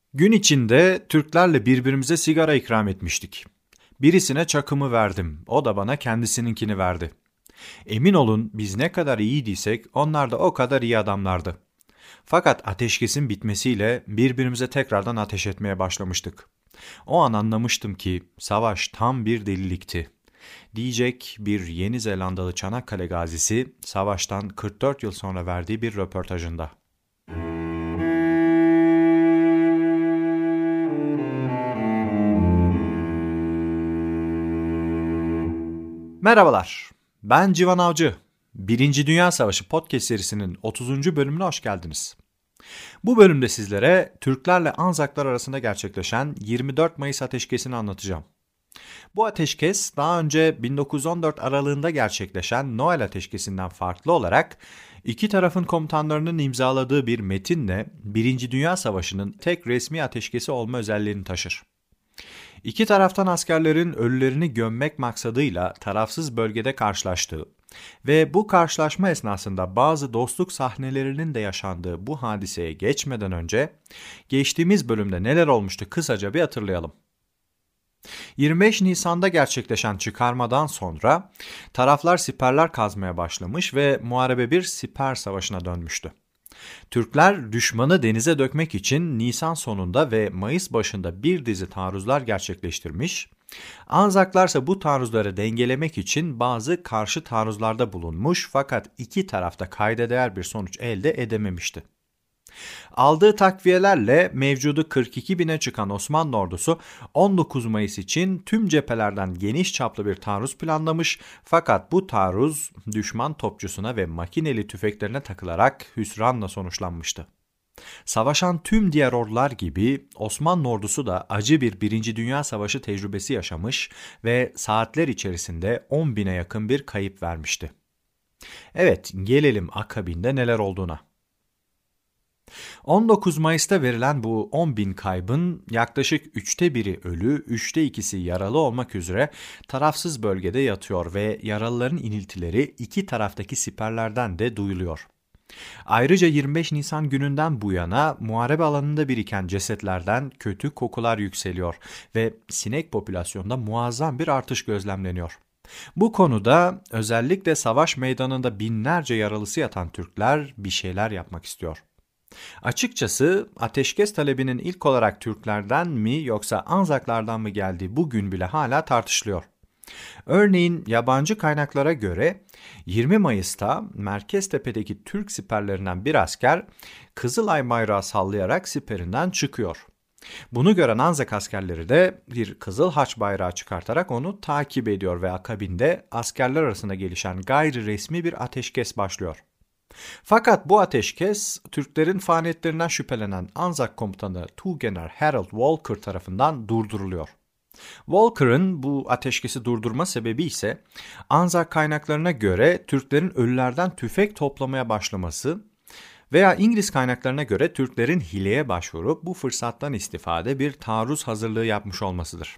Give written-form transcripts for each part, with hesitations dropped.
Gün içinde Türklerle birbirimize sigara ikram etmiştik. Birisine çakımı verdim, o da bana kendisininkini verdi. Emin olun biz ne kadar iyiydiysek onlar da o kadar iyi adamlardı. Fakat ateşkesin bitmesiyle birbirimize tekrardan ateş etmeye başlamıştık. O an anlamıştım ki savaş tam bir delilikti. Diyecek bir Yeni Zelandalı Çanakkale gazisi savaştan 44 yıl sonra verdiği bir röportajında. Merhabalar, ben Civan Avcı. Birinci Dünya Savaşı podcast serisinin 30. bölümüne hoş geldiniz. Bu bölümde sizlere Türklerle Anzaklar arasında gerçekleşen 24 Mayıs ateşkesini anlatacağım. Bu ateşkes daha önce 1914 aralığında gerçekleşen Noel ateşkesinden farklı olarak iki tarafın komutanlarının imzaladığı bir metinle Birinci Dünya Savaşı'nın tek resmi ateşkesi olma özelliğini taşır. İki taraftan askerlerin ölülerini gömmek maksadıyla tarafsız bölgede karşılaştığı ve bu karşılaşma esnasında bazı dostluk sahnelerinin de yaşandığı bu hadiseye geçmeden önce geçtiğimiz bölümde neler olmuştu kısaca bir hatırlayalım. 25 Nisan'da gerçekleşen çıkarmadan sonra taraflar siperler kazmaya başlamış ve muharebe bir siper savaşına dönmüştü. Türkler düşmanı denize dökmek için Nisan sonunda ve Mayıs başında bir dizi taarruzlar gerçekleştirmiş, Anzaklarsa bu taarruzları dengelemek için bazı karşı taarruzlarda bulunmuş fakat iki tarafta kayda değer bir sonuç elde edememişti. Aldığı takviyelerle mevcudu 42 bine çıkan Osmanlı ordusu 19 Mayıs için tüm cephelerden geniş çaplı bir taarruz planlamış fakat bu taarruz düşman topçusuna ve makineli tüfeklerine takılarak hüsranla sonuçlanmıştı. Savaşan tüm diğer ordular gibi Osmanlı ordusu da acı bir Birinci Dünya Savaşı tecrübesi yaşamış ve saatler içerisinde 10 bine yakın bir kayıp vermişti. Evet, gelelim akabinde neler olduğuna. 19 Mayıs'ta verilen bu 10 bin kaybın yaklaşık 3'te biri ölü, 3'te 2'si yaralı olmak üzere tarafsız bölgede yatıyor ve yaralıların iniltileri iki taraftaki siperlerden de duyuluyor. Ayrıca 25 Nisan gününden bu yana muharebe alanında biriken cesetlerden kötü kokular yükseliyor ve sinek popülasyonunda muazzam bir artış gözlemleniyor. Bu konuda özellikle savaş meydanında binlerce yaralısı yatan Türkler bir şeyler yapmak istiyor. Açıkçası ateşkes talebinin ilk olarak Türklerden mi yoksa Anzaklardan mı geldiği bugün bile hala tartışılıyor. Örneğin yabancı kaynaklara göre 20 Mayıs'ta Merkeztepe'deki Türk siperlerinden bir asker Kızılay bayrağı sallayarak siperinden çıkıyor. Bunu gören Anzak askerleri de bir Kızıl Haç bayrağı çıkartarak onu takip ediyor ve akabinde askerler arasında gelişen gayri resmi bir ateşkes başlıyor. Fakat bu ateşkes Türklerin faaliyetlerinden şüphelenen Anzak komutanı Tuğgener Harold Walker tarafından durduruluyor. Walker'ın bu ateşkesi durdurma sebebi ise Anzak kaynaklarına göre Türklerin ölülerden tüfek toplamaya başlaması veya İngiliz kaynaklarına göre Türklerin hileye başvurup bu fırsattan istifade bir taarruz hazırlığı yapmış olmasıdır.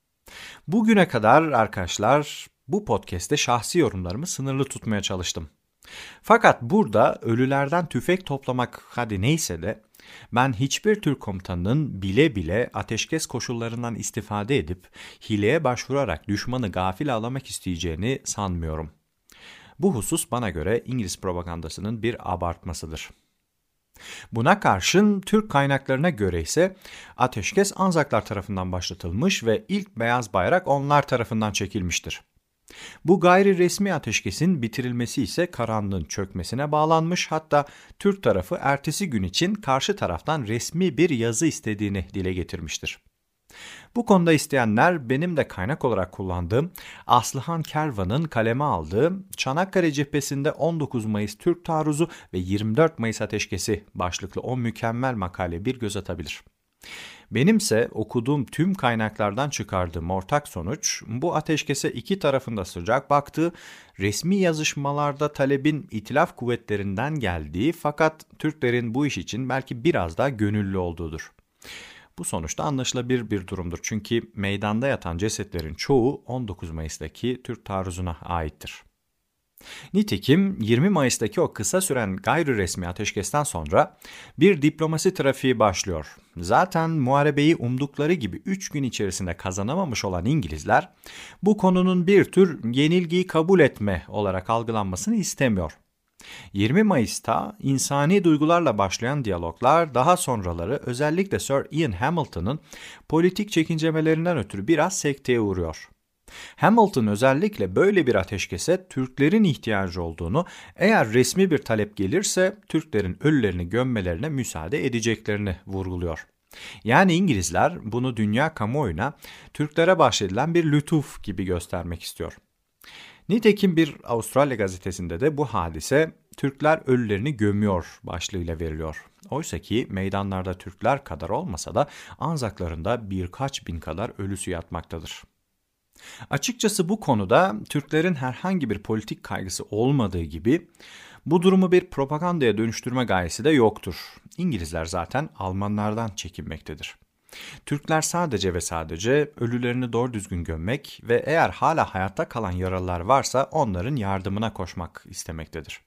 Bugüne kadar arkadaşlar bu podcast'te şahsi yorumlarımı sınırlı tutmaya çalıştım. Fakat burada ölülerden tüfek toplamak hadi neyse de ben hiçbir Türk komutanının bile bile ateşkes koşullarından istifade edip hileye başvurarak düşmanı gafil avlamak isteyeceğini sanmıyorum. Bu husus bana göre İngiliz propagandasının bir abartmasıdır. Buna karşın Türk kaynaklarına göre ise ateşkes Anzaklar tarafından başlatılmış ve ilk beyaz bayrak onlar tarafından çekilmiştir. Bu gayri resmi ateşkesin bitirilmesi ise karanlığın çökmesine bağlanmış, hatta Türk tarafı ertesi gün için karşı taraftan resmi bir yazı istediğini dile getirmiştir. Bu konuda isteyenler benim de kaynak olarak kullandığım Aslıhan Kervan'ın kaleme aldığı Çanakkale cephesinde 19 Mayıs Türk taarruzu ve 24 Mayıs ateşkesi başlıklı o mükemmel makale bir göz atabilir. Benimse okuduğum tüm kaynaklardan çıkardığım ortak sonuç bu ateşkese iki tarafında sıcak baktığı, resmi yazışmalarda talebin itilaf kuvvetlerinden geldiği fakat Türklerin bu iş için belki biraz daha gönüllü olduğudur. Bu sonuçta anlaşılabilir bir durumdur çünkü meydanda yatan cesetlerin çoğu 19 Mayıs'taki Türk taarruzuna aittir. Nitekim 20 Mayıs'taki o kısa süren gayri resmi ateşkesten sonra bir diplomasi trafiği başlıyor. Zaten muharebeyi umdukları gibi 3 gün içerisinde kazanamamış olan İngilizler bu konunun bir tür yenilgiyi kabul etme olarak algılanmasını istemiyor. 20 Mayıs'ta insani duygularla başlayan diyaloglar daha sonraları özellikle Sir Ian Hamilton'ın politik çekincemelerinden ötürü biraz sekteye uğruyor. Hamilton özellikle böyle bir ateşkese Türklerin ihtiyacı olduğunu, eğer resmi bir talep gelirse Türklerin ölülerini gömmelerine müsaade edeceklerini vurguluyor. Yani İngilizler bunu dünya kamuoyuna Türklere bahşedilen bir lütuf gibi göstermek istiyor. Nitekim bir Avustralya gazetesinde de bu hadise Türkler ölülerini gömüyor başlığıyla veriliyor. Oysa ki meydanlarda Türkler kadar olmasa da Anzaklarında birkaç bin kadar ölüsü yatmaktadır. Açıkçası bu konuda Türklerin herhangi bir politik kaygısı olmadığı gibi bu durumu bir propagandaya dönüştürme gayesi de yoktur. İngilizler zaten Almanlardan çekinmektedir. Türkler sadece ve sadece ölülerini doğru düzgün gömmek ve eğer hala hayatta kalan yaralılar varsa onların yardımına koşmak istemektedir.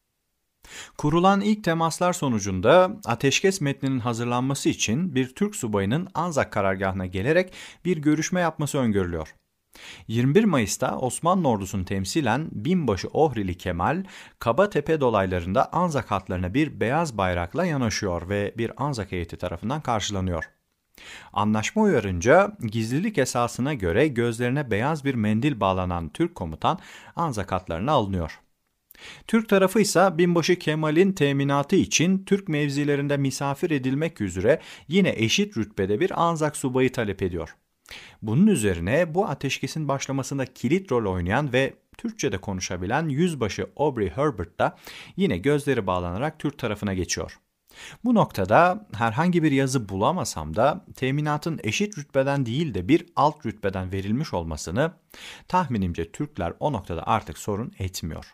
Kurulan ilk temaslar sonucunda ateşkes metninin hazırlanması için bir Türk subayının Anzak karargahına gelerek bir görüşme yapması öngörülüyor. 21 Mayıs'ta Osmanlı ordusunu temsilen binbaşı Ohrili Kemal, Kabatepe dolaylarında Anzak hatlarına bir beyaz bayrakla yanaşıyor ve bir Anzak heyeti tarafından karşılanıyor. Anlaşma uyarınca gizlilik esasına göre gözlerine beyaz bir mendil bağlanan Türk komutan Anzak hatlarına alınıyor. Türk tarafı ise binbaşı Kemal'in teminatı için Türk mevzilerinde misafir edilmek üzere yine eşit rütbede bir Anzak subayı talep ediyor. Bunun üzerine bu ateşkesin başlamasında kilit rol oynayan ve Türkçe'de konuşabilen yüzbaşı Aubrey Herbert da yine gözleri bağlanarak Türk tarafına geçiyor. Bu noktada herhangi bir yazı bulamasam da teminatın eşit rütbeden değil de bir alt rütbeden verilmiş olmasını tahminimce Türkler o noktada artık sorun etmiyor.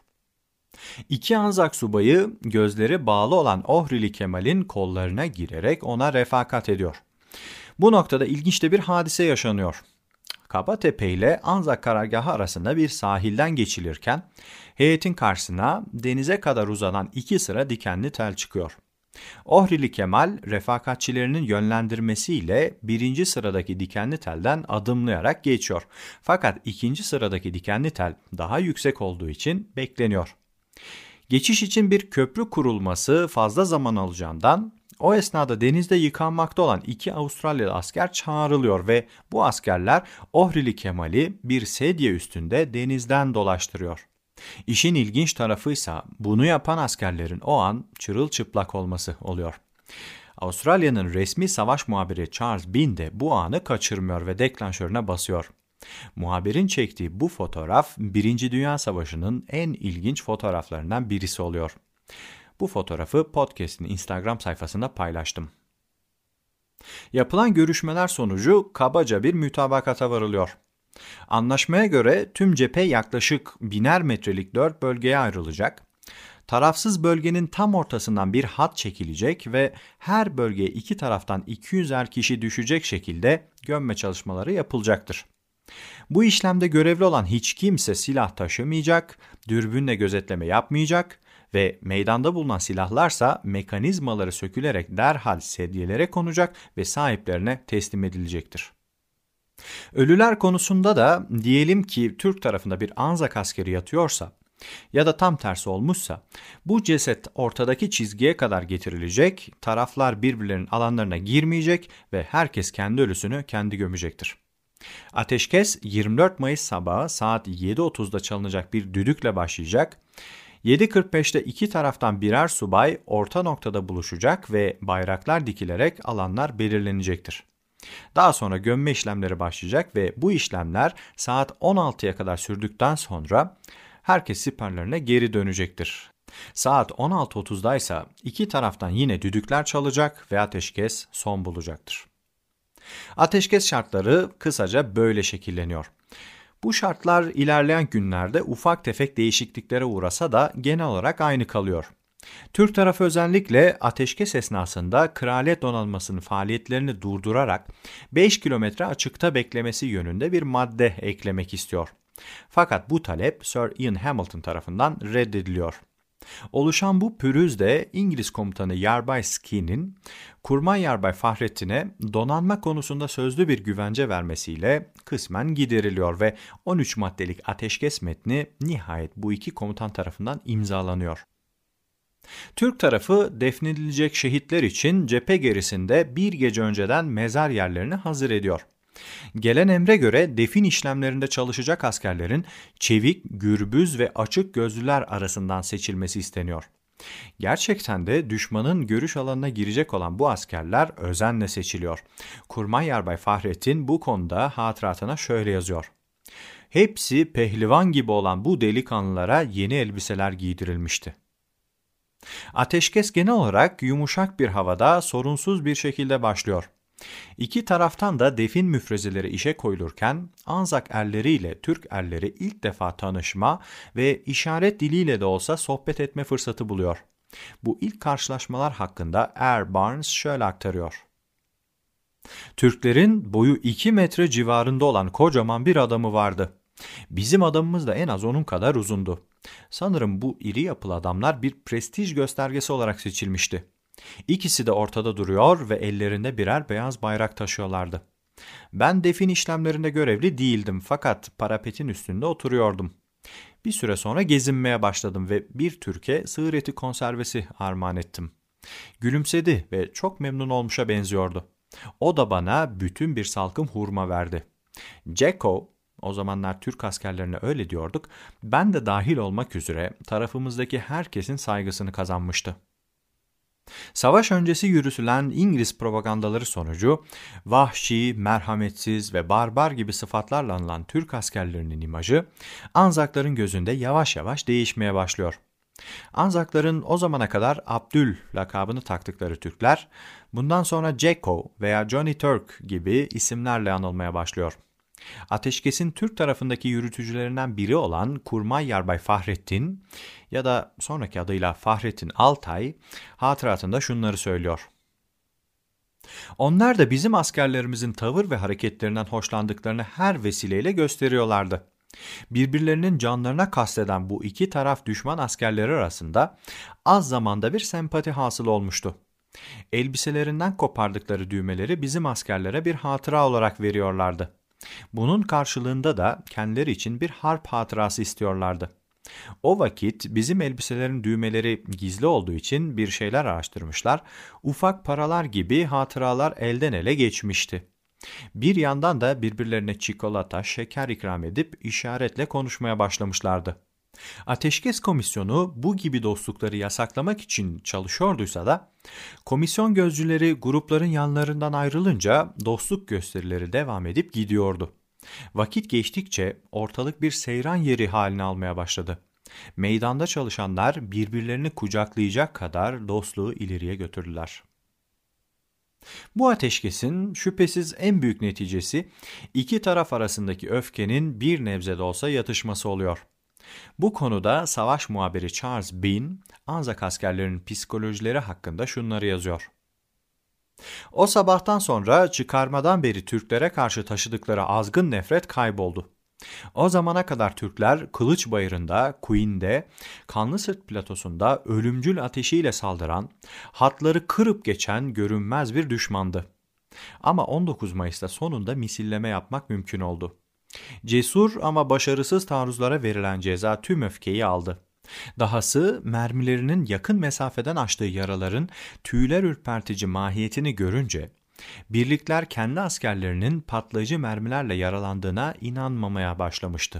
İki Anzak subayı gözleri bağlı olan Ohrili Kemal'in kollarına girerek ona refakat ediyor. Bu noktada ilginç de bir hadise yaşanıyor. Kabatepe ile Anzak karargahı arasında bir sahilden geçilirken heyetin karşısına denize kadar uzanan 2 sıra dikenli tel çıkıyor. Ohrili Kemal refakatçilerinin yönlendirmesiyle 1. sıradaki dikenli telden adımlayarak geçiyor. Fakat 2. sıradaki dikenli tel daha yüksek olduğu için bekleniyor. Geçiş için bir köprü kurulması fazla zaman alacağından o esnada denizde yıkanmakta olan 2 Avustralyalı asker çağrılıyor ve bu askerler Ohrili Kemal'i bir sedye üstünde denizden dolaştırıyor. İşin ilginç tarafıysa bunu yapan askerlerin o an çırılçıplak olması oluyor. Avustralya'nın resmi savaş muhabiri Charles Bean de bu anı kaçırmıyor ve deklanşörüne basıyor. Muhabirin çektiği bu fotoğraf 1. Dünya Savaşı'nın en ilginç fotoğraflarından birisi oluyor. Bu fotoğrafı podcast'in Instagram sayfasında paylaştım. Yapılan görüşmeler sonucu kabaca bir mütabakata varılıyor. Anlaşmaya göre tüm cephe yaklaşık 1000'er metrelik 4 bölgeye ayrılacak. Tarafsız bölgenin tam ortasından bir hat çekilecek ve her bölgeye 2 taraftan 200'er kişi düşecek şekilde gömme çalışmaları yapılacaktır. Bu işlemde görevli olan hiç kimse silah taşımayacak, dürbünle gözetleme yapmayacak ve meydanda bulunan silahlarsa mekanizmaları sökülerek derhal sedyelere konacak ve sahiplerine teslim edilecektir. Ölüler konusunda da diyelim ki Türk tarafında bir Anzak askeri yatıyorsa ya da tam tersi olmuşsa bu ceset ortadaki çizgiye kadar getirilecek, taraflar birbirlerinin alanlarına girmeyecek ve herkes kendi ölüsünü kendi gömecektir. Ateşkes 24 Mayıs sabahı saat 7.30'da çalınacak bir düdükle başlayacak. 7.45'te 2 taraftan birer subay orta noktada buluşacak ve bayraklar dikilerek alanlar belirlenecektir. Daha sonra gömme işlemleri başlayacak ve bu işlemler saat 16'ya kadar sürdükten sonra herkes siperlerine geri dönecektir. Saat 16.30'da ise 2 taraftan yine düdükler çalacak ve ateşkes son bulacaktır. Ateşkes şartları kısaca böyle şekilleniyor. Bu şartlar ilerleyen günlerde ufak tefek değişikliklere uğrasa da genel olarak aynı kalıyor. Türk tarafı özellikle ateşkes esnasında Kraliyet Donanması'nın faaliyetlerini durdurarak 5 kilometre açıkta beklemesi yönünde bir madde eklemek istiyor. Fakat bu talep Sir Ian Hamilton tarafından reddediliyor. Oluşan bu pürüz de İngiliz komutanı Yarbay Skee'nin Kurmay Yarbay Fahrettin'e donanma konusunda sözlü bir güvence vermesiyle kısmen gideriliyor ve 13 maddelik ateşkes metni nihayet bu iki komutan tarafından imzalanıyor. Türk tarafı defnedilecek şehitler için cephe gerisinde bir gece önceden mezar yerlerini hazır ediyor. Gelen emre göre defin işlemlerinde çalışacak askerlerin çevik, gürbüz ve açık gözlüler arasından seçilmesi isteniyor. Gerçekten de düşmanın görüş alanına girecek olan bu askerler özenle seçiliyor. Kurmay Yarbay Fahrettin bu konuda hatıratına şöyle yazıyor. Hepsi pehlivan gibi olan bu delikanlılara yeni elbiseler giydirilmişti. Ateşkes genel olarak yumuşak bir havada sorunsuz bir şekilde başlıyor. İki taraftan da defin müfrezeleri işe koyulurken Anzak erleriyle Türk erleri ilk defa tanışma ve işaret diliyle de olsa sohbet etme fırsatı buluyor. Bu ilk karşılaşmalar hakkında Er Barnes şöyle aktarıyor. Türklerin boyu 2 metre civarında olan kocaman bir adamı vardı. Bizim adamımız da en az onun kadar uzundu. Sanırım bu iri yapılı adamlar bir prestij göstergesi olarak seçilmişti. İkisi de ortada duruyor ve ellerinde birer beyaz bayrak taşıyorlardı. Ben defin işlemlerinde görevli değildim fakat parapetin üstünde oturuyordum. Bir süre sonra gezinmeye başladım ve bir Türk'e sığır eti konservesi armağan ettim. Gülümsedi ve çok memnun olmuşa benziyordu. O da bana bütün bir salkım hurma verdi. Ceko, o zamanlar Türk askerlerine öyle diyorduk, ben de dahil olmak üzere tarafımızdaki herkesin saygısını kazanmıştı. Savaş öncesi yürütülen İngiliz propagandaları sonucu vahşi, merhametsiz ve barbar gibi sıfatlarla anılan Türk askerlerinin imajı Anzakların gözünde yavaş yavaş değişmeye başlıyor. Anzakların o zamana kadar Abdül lakabını taktıkları Türkler bundan sonra Ceko veya Johnny Turk gibi isimlerle anılmaya başlıyor. Ateşkes'in Türk tarafındaki yürütücülerinden biri olan Kurmay Yarbay Fahrettin ya da sonraki adıyla Fahrettin Altay hatıratında şunları söylüyor. Onlar da bizim askerlerimizin tavır ve hareketlerinden hoşlandıklarını her vesileyle gösteriyorlardı. Birbirlerinin canlarına kasteden bu iki taraf düşman askerleri arasında az zamanda bir sempati hasıl olmuştu. Elbiselerinden kopardıkları düğmeleri bizim askerlere bir hatıra olarak veriyorlardı. Bunun karşılığında da kendileri için bir harp hatırası istiyorlardı. O vakit bizim elbiselerin düğmeleri gizli olduğu için bir şeyler araştırmışlar, ufak paralar gibi hatıralar elden ele geçmişti. Bir yandan da birbirlerine çikolata, şeker ikram edip işaretle konuşmaya başlamışlardı. Ateşkes Komisyonu bu gibi dostlukları yasaklamak için çalışıyorduysa da, komisyon gözcüleri grupların yanlarından ayrılınca dostluk gösterileri devam edip gidiyordu. Vakit geçtikçe ortalık bir seyran yeri haline almaya başladı. Meydanda çalışanlar birbirlerini kucaklayacak kadar dostluğu ileriye götürdüler. Bu ateşkesin şüphesiz en büyük neticesi iki taraf arasındaki öfkenin bir nebze de olsa yatışması oluyor. Bu konuda savaş muhabiri Charles Bean, Anzak askerlerinin psikolojileri hakkında şunları yazıyor. O sabahtan sonra çıkarmadan beri Türklere karşı taşıdıkları azgın nefret kayboldu. O zamana kadar Türkler Kılıçbayırı'nda, Queen'de, Kanlısırt platosunda ölümcül ateşiyle saldıran, hatları kırıp geçen görünmez bir düşmandı. Ama 19 Mayıs'ta sonunda misilleme yapmak mümkün oldu. Cesur ama başarısız taarruzlara verilen ceza tüm öfkeyi aldı. Dahası mermilerinin yakın mesafeden açtığı yaraların tüyler ürpertici mahiyetini görünce, birlikler kendi askerlerinin patlayıcı mermilerle yaralandığına inanmamaya başlamıştı.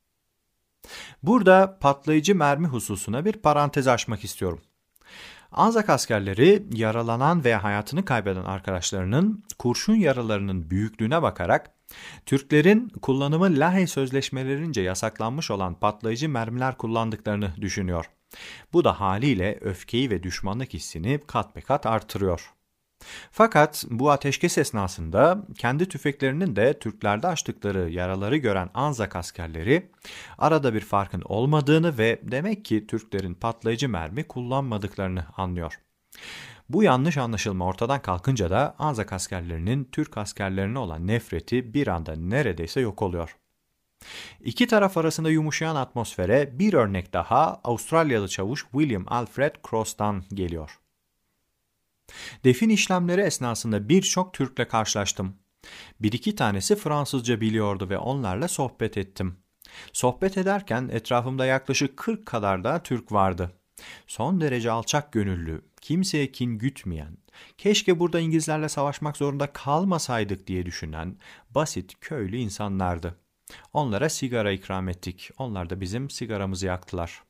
Burada patlayıcı mermi hususuna bir parantez açmak istiyorum. Anzak askerleri yaralanan veya hayatını kaybeden arkadaşlarının kurşun yaralarının büyüklüğüne bakarak Türklerin kullanımı Lahey sözleşmelerince yasaklanmış olan patlayıcı mermiler kullandıklarını düşünüyor. Bu da haliyle öfkeyi ve düşmanlık hissini kat be kat artırıyor. Fakat bu ateşkes esnasında kendi tüfeklerinin de Türklerde açtıkları yaraları gören Anzak askerleri arada bir farkın olmadığını ve demek ki Türklerin patlayıcı mermi kullanmadıklarını anlıyor. Bu yanlış anlaşılma ortadan kalkınca da Anzak askerlerinin Türk askerlerine olan nefreti bir anda neredeyse yok oluyor. İki taraf arasında yumuşayan atmosfere bir örnek daha Avustralyalı çavuş William Alfred Cross'tan geliyor. Defin işlemleri esnasında birçok Türk'le karşılaştım. Bir iki tanesi Fransızca biliyordu ve onlarla sohbet ettim. Sohbet ederken etrafımda yaklaşık 40 kadar da Türk vardı. Son derece alçak gönüllü, kimseye kin gütmeyen, keşke burada İngilizlerle savaşmak zorunda kalmasaydık diye düşünen basit köylü insanlardı. Onlara sigara ikram ettik, onlar da bizim sigaramızı yaktılar.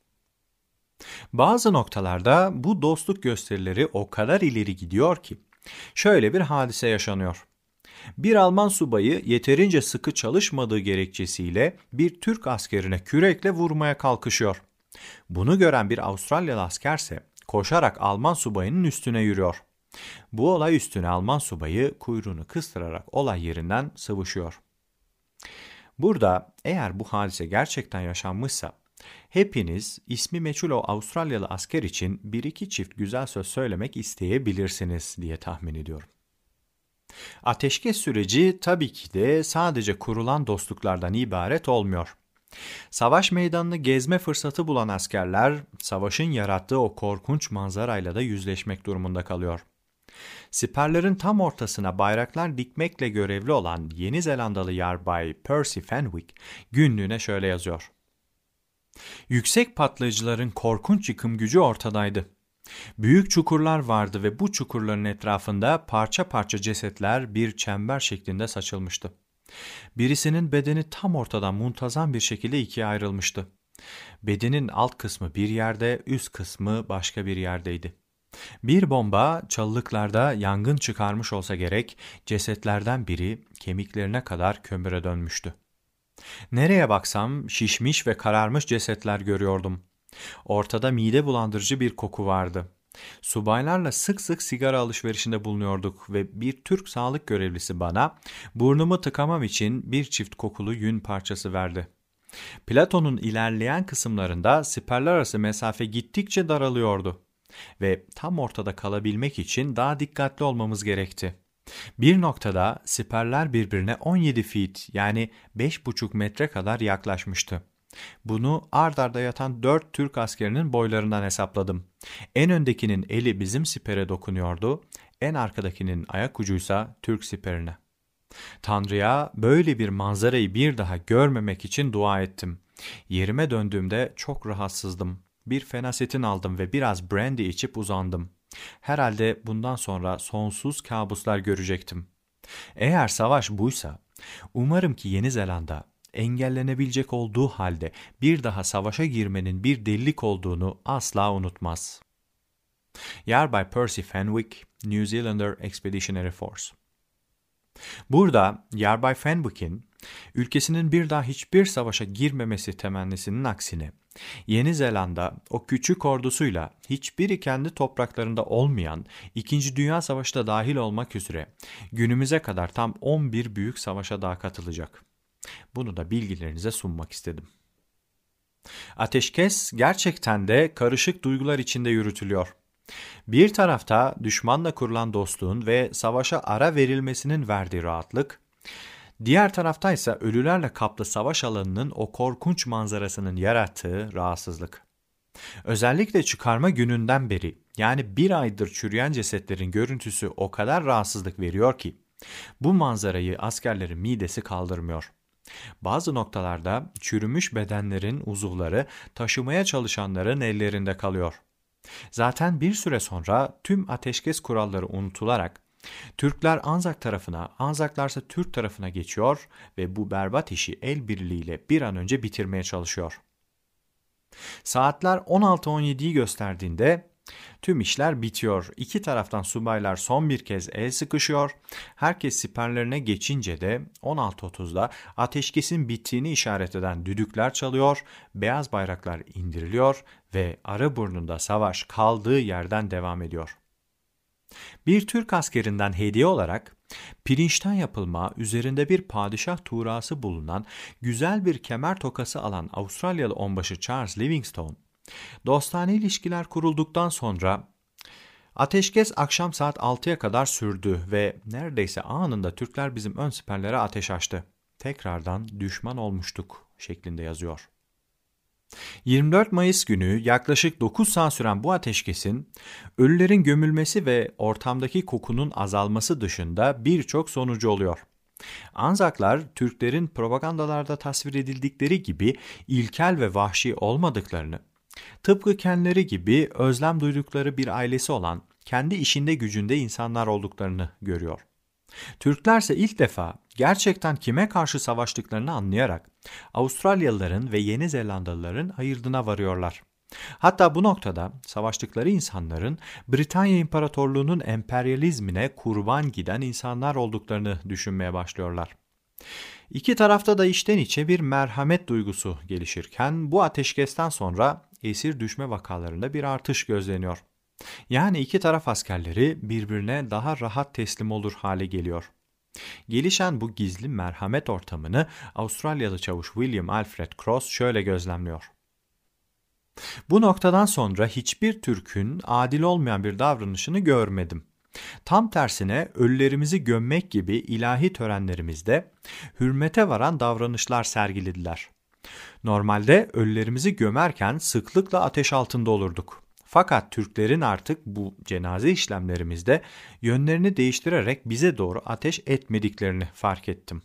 Bazı noktalarda bu dostluk gösterileri o kadar ileri gidiyor ki, şöyle bir hadise yaşanıyor. Bir Alman subayı yeterince sıkı çalışmadığı gerekçesiyle bir Türk askerine kürekle vurmaya kalkışıyor. Bunu gören bir Avustralyalı askerse koşarak Alman subayının üstüne yürüyor. Bu olay üstüne Alman subayı kuyruğunu kıstırarak olay yerinden sıvışıyor. Burada eğer bu hadise gerçekten yaşanmışsa, hepiniz ismi meçhul o Avustralyalı asker için bir iki çift güzel söz söylemek isteyebilirsiniz diye tahmin ediyorum. Ateşkes süreci tabii ki de sadece kurulan dostluklardan ibaret olmuyor. Savaş meydanını gezme fırsatı bulan askerler, savaşın yarattığı o korkunç manzarayla da yüzleşmek durumunda kalıyor. Siperlerin tam ortasına bayraklar dikmekle görevli olan Yeni Zelandalı yarbay Percy Fenwick günlüğüne şöyle yazıyor. Yüksek patlayıcıların korkunç yıkım gücü ortadaydı. Büyük çukurlar vardı ve bu çukurların etrafında parça parça cesetler bir çember şeklinde saçılmıştı. Birisinin bedeni tam ortadan muntazam bir şekilde ikiye ayrılmıştı. Bedenin alt kısmı bir yerde, üst kısmı başka bir yerdeydi. Bir bomba çalılıklarda yangın çıkarmış olsa gerek, cesetlerden biri kemiklerine kadar kömüre dönmüştü. Nereye baksam şişmiş ve kararmış cesetler görüyordum. Ortada mide bulandırıcı bir koku vardı. Subaylarla sık sık sigara alışverişinde bulunuyorduk ve bir Türk sağlık görevlisi bana burnumu tıkamam için bir çift kokulu yün parçası verdi. Platonun ilerleyen kısımlarında siperler arası mesafe gittikçe daralıyordu ve tam ortada kalabilmek için daha dikkatli olmamız gerekti. Bir noktada siperler birbirine 17 feet yani 5,5 metre kadar yaklaşmıştı. Bunu ard arda yatan 4 Türk askerinin boylarından hesapladım. En öndekinin eli bizim sipere dokunuyordu, en arkadakinin ayak ucuysa Türk siperine. Tanrı'ya böyle bir manzarayı bir daha görmemek için dua ettim. Yerime döndüğümde çok rahatsızdım. Bir fenasetin aldım ve biraz brandy içip uzandım. Herhalde bundan sonra sonsuz kabuslar görecektim. Eğer savaş buysa, umarım ki Yeni Zelanda engellenebilecek olduğu halde bir daha savaşa girmenin bir delilik olduğunu asla unutmaz. Yarbay Percy Fenwick, New Zealander Expeditionary Force. Burada Yarbay Fenwick'in ülkesinin bir daha hiçbir savaşa girmemesi temennisinin aksine Yeni Zelanda o küçük ordusuyla hiçbiri kendi topraklarında olmayan 2. Dünya Savaşı da dahil olmak üzere günümüze kadar tam 11 büyük savaşa daha katılacak. Bunu da bilgilerinize sunmak istedim. Ateşkes gerçekten de karışık duygular içinde yürütülüyor. Bir tarafta düşmanla kurulan dostluğun ve savaşa ara verilmesinin verdiği rahatlık, diğer taraftaysa ölülerle kaplı savaş alanının o korkunç manzarasının yarattığı rahatsızlık. Özellikle çıkarma gününden beri yani bir aydır çürüyen cesetlerin görüntüsü o kadar rahatsızlık veriyor ki bu manzarayı askerlerin midesi kaldırmıyor. Bazı noktalarda çürümüş bedenlerin uzuvları taşımaya çalışanların ellerinde kalıyor. Zaten bir süre sonra tüm ateşkes kuralları unutularak Türkler Anzak tarafına, Anzaklarsa Türk tarafına geçiyor ve bu berbat işi el birliğiyle bir an önce bitirmeye çalışıyor. Saatler 16:17'yi gösterdiğinde tüm işler bitiyor. İki taraftan subaylar son bir kez el sıkışıyor. Herkes siperlerine geçince de 16:30'da ateşkesin bittiğini işaret eden düdükler çalıyor, beyaz bayraklar indiriliyor ve Araburnunda savaş kaldığı yerden devam ediyor. Bir Türk askerinden hediye olarak pirinçten yapılma üzerinde bir padişah tuğrası bulunan güzel bir kemer tokası alan Avustralyalı onbaşı Charles Livingstone, dostane ilişkiler kurulduktan sonra ateşkes akşam saat 6'ya kadar sürdü ve neredeyse anında Türkler bizim ön siperlere ateş açtı. tekrardan düşman olmuştuk şeklinde yazıyor. 24 Mayıs günü yaklaşık 9 saat süren bu ateşkesin ölülerin gömülmesi ve ortamdaki kokunun azalması dışında birçok sonucu oluyor. Anzaklar Türklerin propagandalarda tasvir edildikleri gibi ilkel ve vahşi olmadıklarını, tıpkı kendileri gibi özlem duydukları bir ailesi olan, kendi işinde gücünde insanlar olduklarını görüyor. Türklerse ilk defa gerçekten kime karşı savaştıklarını anlayarak Avustralyalıların ve Yeni Zelandalıların ayırdına varıyorlar. Hatta bu noktada savaştıkları insanların Britanya İmparatorluğu'nun emperyalizmine kurban giden insanlar olduklarını düşünmeye başlıyorlar. İki tarafta da içten içe bir merhamet duygusu gelişirken bu ateşkesten sonra esir düşme vakalarında bir artış gözleniyor. Yani iki taraf askerleri birbirine daha rahat teslim olur hale geliyor. Gelişen bu gizli merhamet ortamını Avustralyalı çavuş William Alfred Cross şöyle gözlemliyor. Bu noktadan sonra hiçbir Türk'ün adil olmayan bir davranışını görmedim. Tam tersine ölülerimizi gömmek gibi ilahi törenlerimizde hürmete varan davranışlar sergilediler. Normalde ölülerimizi gömerken sıklıkla ateş altında olurduk. Fakat Türklerin artık bu cenaze işlemlerimizde yönlerini değiştirerek bize doğru ateş etmediklerini fark ettim.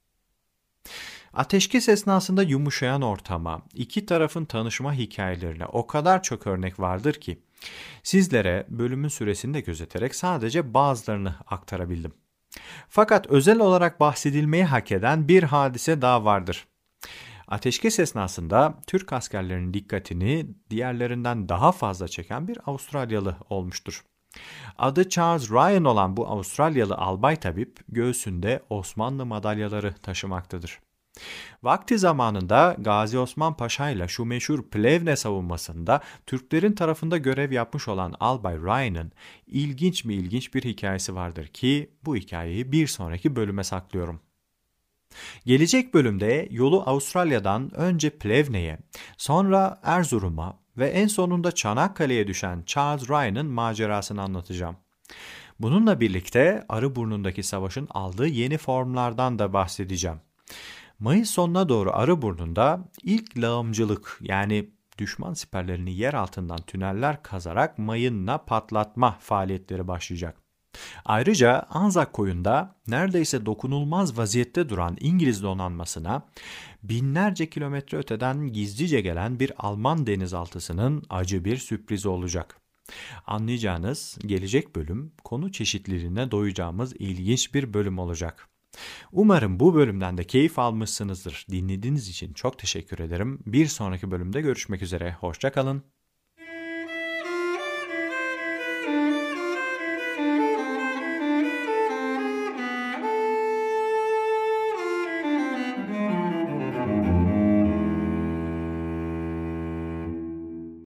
Ateşkes esnasında yumuşayan ortama, iki tarafın tanışma hikayelerine o kadar çok örnek vardır ki sizlere bölümün süresini de gözeterek sadece bazılarını aktarabildim. Fakat özel olarak bahsedilmeyi hak eden bir hadise daha vardır. Ateşkes esnasında Türk askerlerinin dikkatini diğerlerinden daha fazla çeken bir Avustralyalı olmuştur. Adı Charles Ryan olan bu Avustralyalı albay tabip göğsünde Osmanlı madalyaları taşımaktadır. Vakti zamanında Gazi Osman Paşa ile şu meşhur Plevne savunmasında Türklerin tarafında görev yapmış olan Albay Ryan'ın ilginç bir hikayesi vardır ki bu hikayeyi bir sonraki bölüme saklıyorum. Gelecek bölümde yolu Avustralya'dan önce Plevne'ye, sonra Erzurum'a ve en sonunda Çanakkale'ye düşen Charles Ryan'ın macerasını anlatacağım. Bununla birlikte Arıburnu'ndaki savaşın aldığı yeni formlardan da bahsedeceğim. Mayıs sonuna doğru Arıburnu'nda ilk lağımcılık yani düşman siperlerini yer altından tüneller kazarak mayınla patlatma faaliyetleri başlayacak. Ayrıca Anzak Koyu'nda neredeyse dokunulmaz vaziyette duran İngiliz donanmasına binlerce kilometre öteden gizlice gelen bir Alman denizaltısının acı bir sürprizi olacak. Anlayacağınız gelecek bölüm konu çeşitliliğine doyacağımız ilginç bir bölüm olacak. Umarım bu bölümden de keyif almışsınızdır. Dinlediğiniz için çok teşekkür ederim. Bir sonraki bölümde görüşmek üzere. Hoşça kalın.